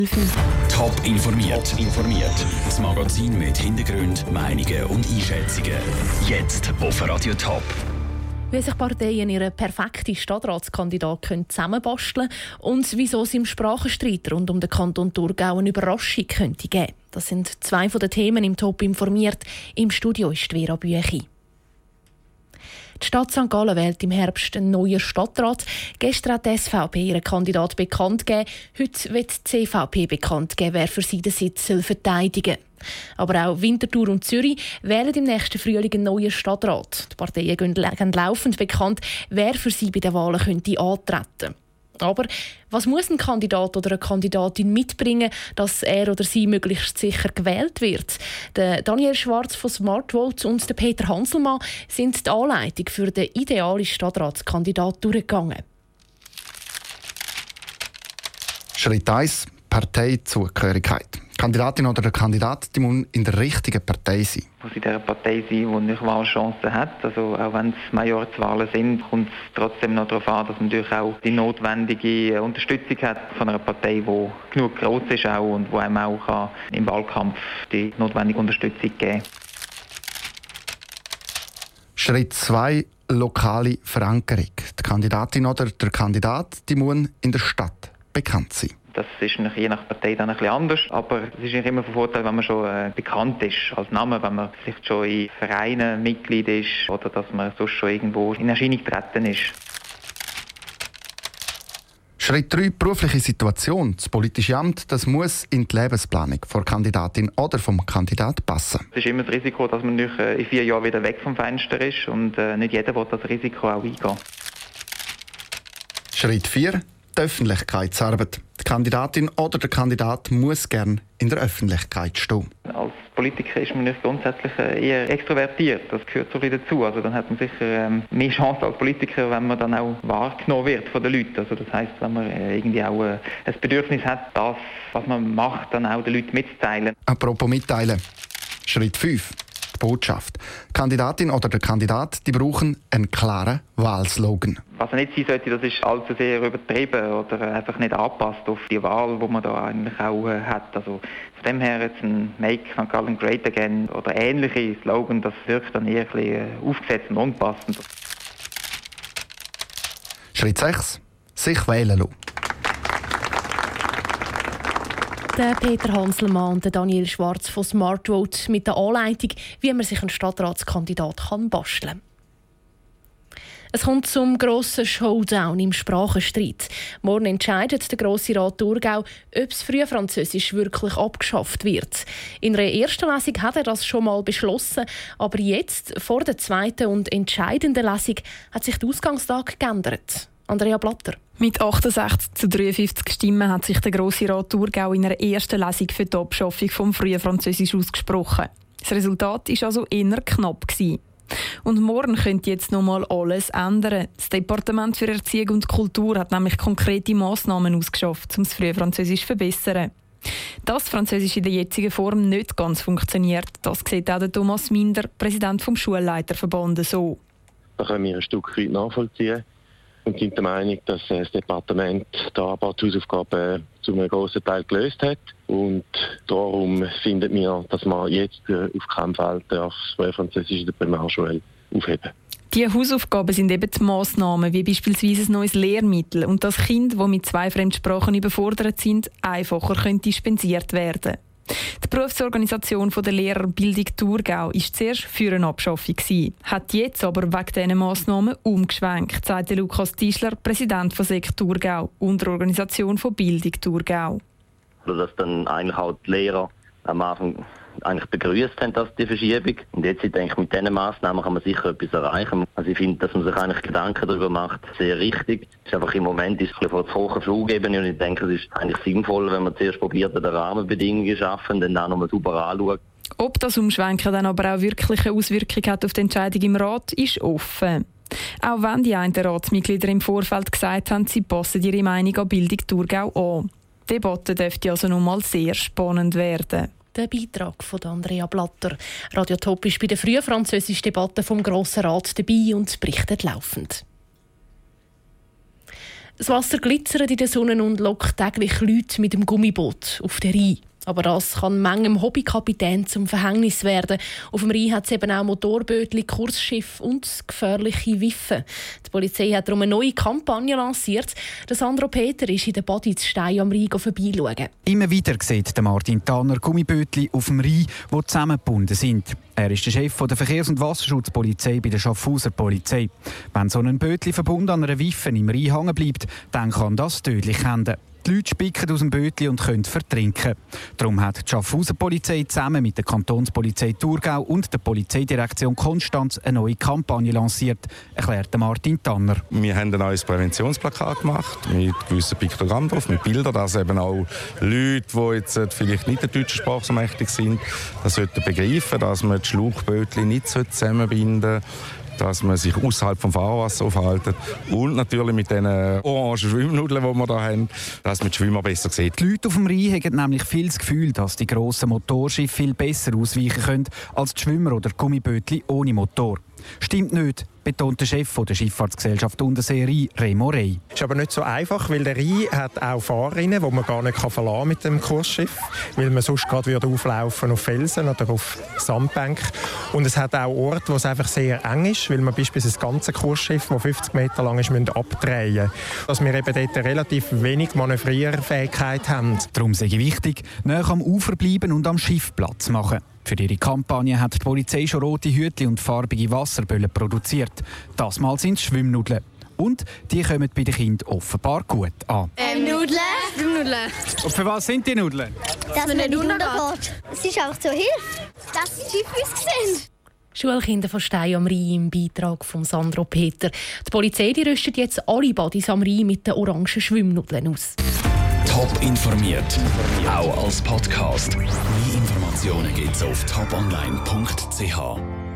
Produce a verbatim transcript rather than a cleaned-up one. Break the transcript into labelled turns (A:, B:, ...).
A: Top informiert. informiert. Das Magazin mit Hintergrund, Meinungen und Einschätzungen. Jetzt auf Radio Top.
B: Wie sich Parteien ihre perfekte Stadtratskandidaten zusammenbasteln können und wieso es im Sprachenstreit rund um den Kanton Thurgau eine Überraschung könnte geben. Das sind zwei von den Themen im Top informiert. Im Studio ist Vera Büchi. Die Stadt Sankt Gallen wählt im Herbst einen neuen Stadtrat. Gestern hat die S V P ihren Kandidat bekannt gegeben. Heute wird die C V P bekannt geben, wer für sie den Sitz verteidigen soll. Aber auch Winterthur und Zürich wählen im nächsten Frühling einen neuen Stadtrat. Die Parteien geben laufend bekannt, wer für sie bei den Wahlen könnte antreten könnte. Aber was muss ein Kandidat oder eine Kandidatin mitbringen, dass er oder sie möglichst sicher gewählt wird? Der Daniel Schwarz von Smartvote und der Peter Hanselmann sind die Anleitung für den idealen Stadtratskandidat durchgegangen.
C: Schritt eins: Parteizugehörigkeit. Die Kandidatin oder der Kandidat die muss in der richtigen Partei sein.
D: Muss in der Partei sein, die eine Wahlchance hat. Also auch wenn es Majorzwahlen sind, kommt es trotzdem noch darauf an, dass man natürlich auch die notwendige Unterstützung hat von einer Partei, die genug gross ist auch und die einem auch kann im Wahlkampf die notwendige Unterstützung geben kann.
C: Schritt zwei: lokale Verankerung. Die Kandidatin oder der Kandidat die muss in der Stadt bekannt sein.
D: Das ist je nach Partei dann ein bisschen anders, aber es ist immer von Vorteil, wenn man schon äh, bekannt ist als Name, wenn man vielleicht schon in Vereinen Mitglied ist oder dass man sonst schon irgendwo in Erscheinung getreten ist.
C: Schritt drei: berufliche Situation. Das politische Amt das muss in die Lebensplanung der Kandidatin oder vom Kandidat passen.
D: Es ist immer das Risiko, dass man nicht in vier Jahren wieder weg vom Fenster ist und äh, nicht jeder will das Risiko auch eingehen.
C: Schritt vier: die Öffentlichkeitsarbeit. Die Kandidatin oder der Kandidat muss gern in der Öffentlichkeit stehen.
D: Als Politiker ist man nicht grundsätzlich eher extrovertiert. Das gehört so ein bisschen dazu. Also dann hat man sicher ähm, mehr Chance als Politiker, wenn man dann auch wahrgenommen wird von den Leuten. Also das heisst, wenn man äh, irgendwie auch äh, ein Bedürfnis hat, das, was man macht, dann auch den Leuten mitzuteilen.
C: Apropos mitteilen. Schritt fünf: die Botschaft. Die Kandidatin oder der Kandidat die brauchen einen klaren Wahlslogan.
D: Was nicht sein sollte, das ist allzu sehr übertrieben oder einfach nicht angepasst auf die Wahl, die man da eigentlich auch äh, hat. Also von dem her jetzt ein «Make Sankt Gallen Great Again» oder ähnliche Slogan, das wirkt dann eher ein bisschen äh, aufgesetzt und unpassend.
C: Schritt sechs: sich wählen lassen.
B: Der Peter Hanselmann und der Daniel Schwarz von Smartvote mit der Anleitung, wie man sich einen Stadtratskandidat kann basteln kann. Es kommt zum grossen Showdown im Sprachenstreit. Morgen entscheidet der Grosse Rat Thurgau, ob das Frühfranzösisch wirklich abgeschafft wird. In einer ersten Lesung hat er das schon mal beschlossen, aber jetzt, vor der zweiten und entscheidenden Lesung, hat sich der Ausgangstag geändert. Andrea Blatter.
E: Mit achtundsechzig zu dreiundfünfzig Stimmen hat sich der Grosse Rat Thurgau in einer ersten Lesung für die Abschaffung des Frühfranzösisch ausgesprochen. Das Resultat war also eher knapp. Und morgen könnte jetzt noch mal alles ändern. Das Departement für Erziehung und Kultur hat nämlich konkrete Massnahmen ausgeschafft, um das Frühfranzösisch zu verbessern. Dass Französisch in der jetzigen Form nicht ganz funktioniert, das sieht auch der Thomas Minder, Präsident des Schulleiterverbandes, so.
F: Da können wir ein Stück weit nachvollziehen und sind der Meinung, dass das Departement da ein paar Hausaufgaben zu einem grossen Teil gelöst hat. Und darum finden wir, dass man jetzt auf keinen Fall das Frühfranzösisch in der Primarschule aufheben.
E: Die Hausaufgaben sind eben die Massnahmen, wie beispielsweise ein neues Lehrmittel und dass Kinder, die mit zwei Fremdsprachen überfordert sind, einfacher können dispensiert werden. Die Berufsorganisation der Lehrerbildung Thurgau war zuerst für eine Abschaffung, hat jetzt aber wegen diesen Massnahmen umgeschwenkt, sagte Lukas Tischler, Präsident von S E C Thurgau, Unterorganisation von Bildung Thurgau.
G: Dass dann eigentlich auch die Lehrer am Anfang eigentlich begrüßt haben, dass die Verschiebung. Und jetzt, ich denke, mit diesen Massnahmen kann man sicher etwas erreichen. Also ich finde, dass man sich eigentlich Gedanken darüber macht, sehr richtig. Es ist einfach im Moment ist es ein bisschen von der hohen Flugebene und ich denke, es ist eigentlich sinnvoll, wenn man zuerst probiert, an den Rahmenbedingungen zu schaffen, dann auch nochmal super anschaut.
E: Ob das Umschwenken dann aber auch wirklich eine Auswirkung hat auf die Entscheidung im Rat, ist offen. Auch wenn die einen Ratsmitglieder im Vorfeld gesagt haben, sie passen ihre Meinung an Bildung Thurgau an. Die Debatte dürfte also noch mal sehr spannend werden.
B: Der Beitrag von Andrea Blatter. Radio Top ist bei der frühfranzösischen Debatte vom Grossen Rat dabei und berichtet laufend. Das Wasser glitzert in der Sonne und lockt täglich Leute mit dem Gummiboot auf den Rhein. Aber das kann manchem Hobbykapitän zum Verhängnis werden. Auf dem Rhein hat es eben auch Motorbötchen, Kursschiffe und gefährliche Wiffe. Die Polizei hat darum eine neue Kampagne lanciert. Der Sandro Peter ist in der Badi zu Stein am Rhein vorbeischauen.
H: Immer wieder sieht der Martin Tanner Gummibötchen auf dem Rhein, die zusammengebunden sind. Er ist der Chef der Verkehrs- und Wasserschutzpolizei bei der Schaffhauser Polizei. Wenn so ein Bötchen verbunden an einer Wiffe im Rhein hängen bleibt, dann kann das tödlich enden. Die Leute spicken aus dem Bötchen und können vertrinken. Darum hat die Schaffhauser Polizei zusammen mit der Kantonspolizei Thurgau und der Polizeidirektion Konstanz eine neue Kampagne lanciert, erklärt Martin Tanner.
I: Wir haben ein neues Präventionsplakat gemacht mit gewissen Piktogrammen drauf, mit Bildern, dass eben auch Leute, die jetzt vielleicht nicht der deutschen Sprache so mächtig sind, das sollten begreifen, dass man die Schlauchbötchen nicht zusammenbinden sollte, dass man sich außerhalb vom Fahrwasser aufhält und natürlich mit den orangen Schwimmnudeln, die wir hier haben, dass man die Schwimmer besser sieht.
H: Die Leute auf dem Rhein haben nämlich viel das Gefühl, dass die grossen Motorschiffe viel besser ausweichen können als die Schwimmer oder Gummibötchen ohne Motor. Stimmt nicht, betont der Chef der Schifffahrtsgesellschaft Untersee Rhein, Remo Rey.
J: Das ist aber nicht so einfach, weil der Rhein hat auch Fahrrinnen, die man gar nicht verlassen kann mit dem Kursschiff, weil man sonst gerade würde auflaufen auf Felsen oder auf Sandbänke. Und es hat auch Orte, wo es einfach sehr eng ist, weil man beispielsweise das ganze Kursschiff, das fünfzig Meter lang ist, müssen abdrehen. Dass wir eben dort relativ wenig Manövrierfähigkeit haben.
H: Darum sei wichtig, näher am Ufer bleiben und am Schiff Platz machen. Für ihre Kampagne hat die Polizei schon rote Hütchen und farbige Wasserböllen produziert. Das Mal sind es Schwimmnudeln. Und die kommen bei den Kindern offenbar gut an.
K: Ähm, Nudeln. Schwimmnudeln.
H: Und für was sind die Nudeln?
K: Dass man nicht untergeht. Es ist einfach zur Hilfe, dass die Schifffüße sind.
B: Schulkinder von Stein am Rhein im Beitrag von Sandro Peter. Die Polizei die rüstet jetzt alle Badis am Rhein mit den orangen Schwimmnudeln aus.
A: Top informiert, auch als Podcast. Mehr Informationen gibt's auf top online punkt c h.